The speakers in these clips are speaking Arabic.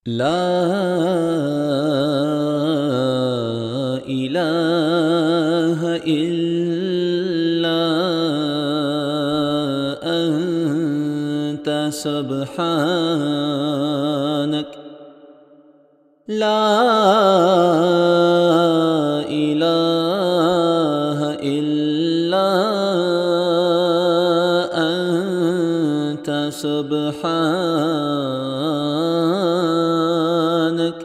لا إله إلا أنت سبحانك. لا إله إلا أنت سبحانك.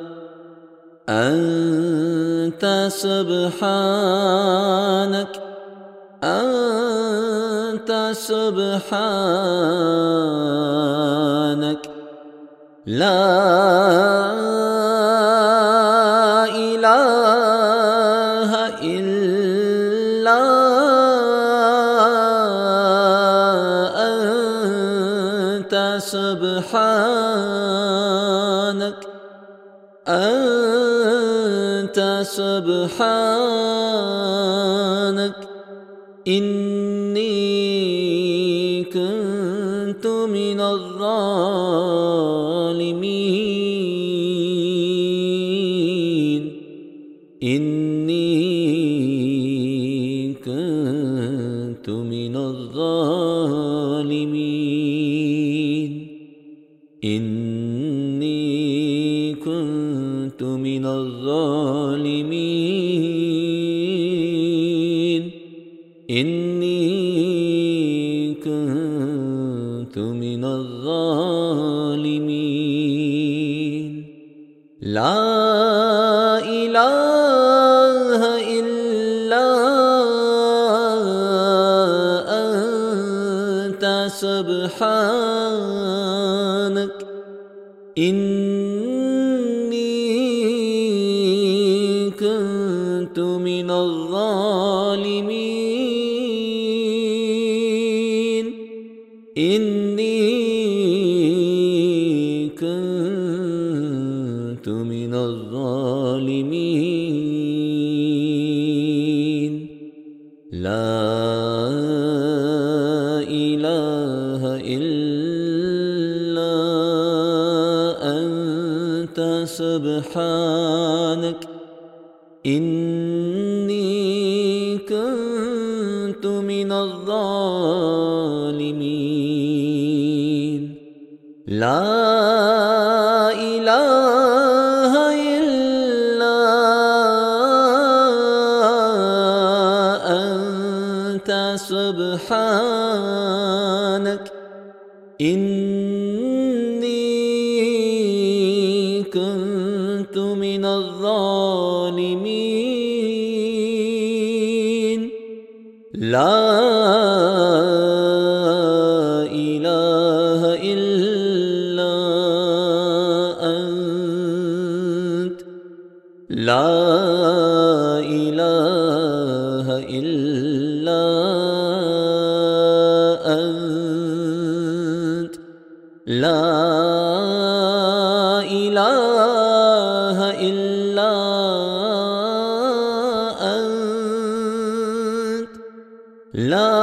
أنت سبحانك. أنت سبحانك. لا إله إلا أنت سبحانك. أنت سبحانك. إني كنت من الظالمين. إني كنت من الظالمين. إني كنت من الظالمين. إني كنت من الظالمين. لا إله إلا أنت سبحانك. إني كنت من الظالمين. إني كنت من الظالمين. لا إله إلا أنت سبحانك. إني كنت من الظالمين. لا إله إلا أنت سبحانك. إني كنت من الظالمين. لا إله إلا أنت. لا إله إلا أنت. لا إله إلا أنت. لا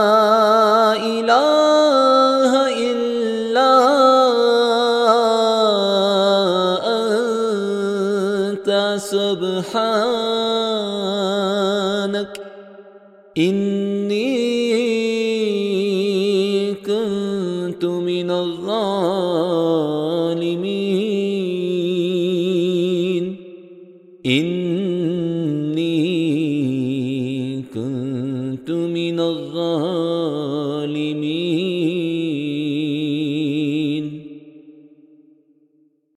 إله إلا أنت سبحانك. إني كنت من الظالمين.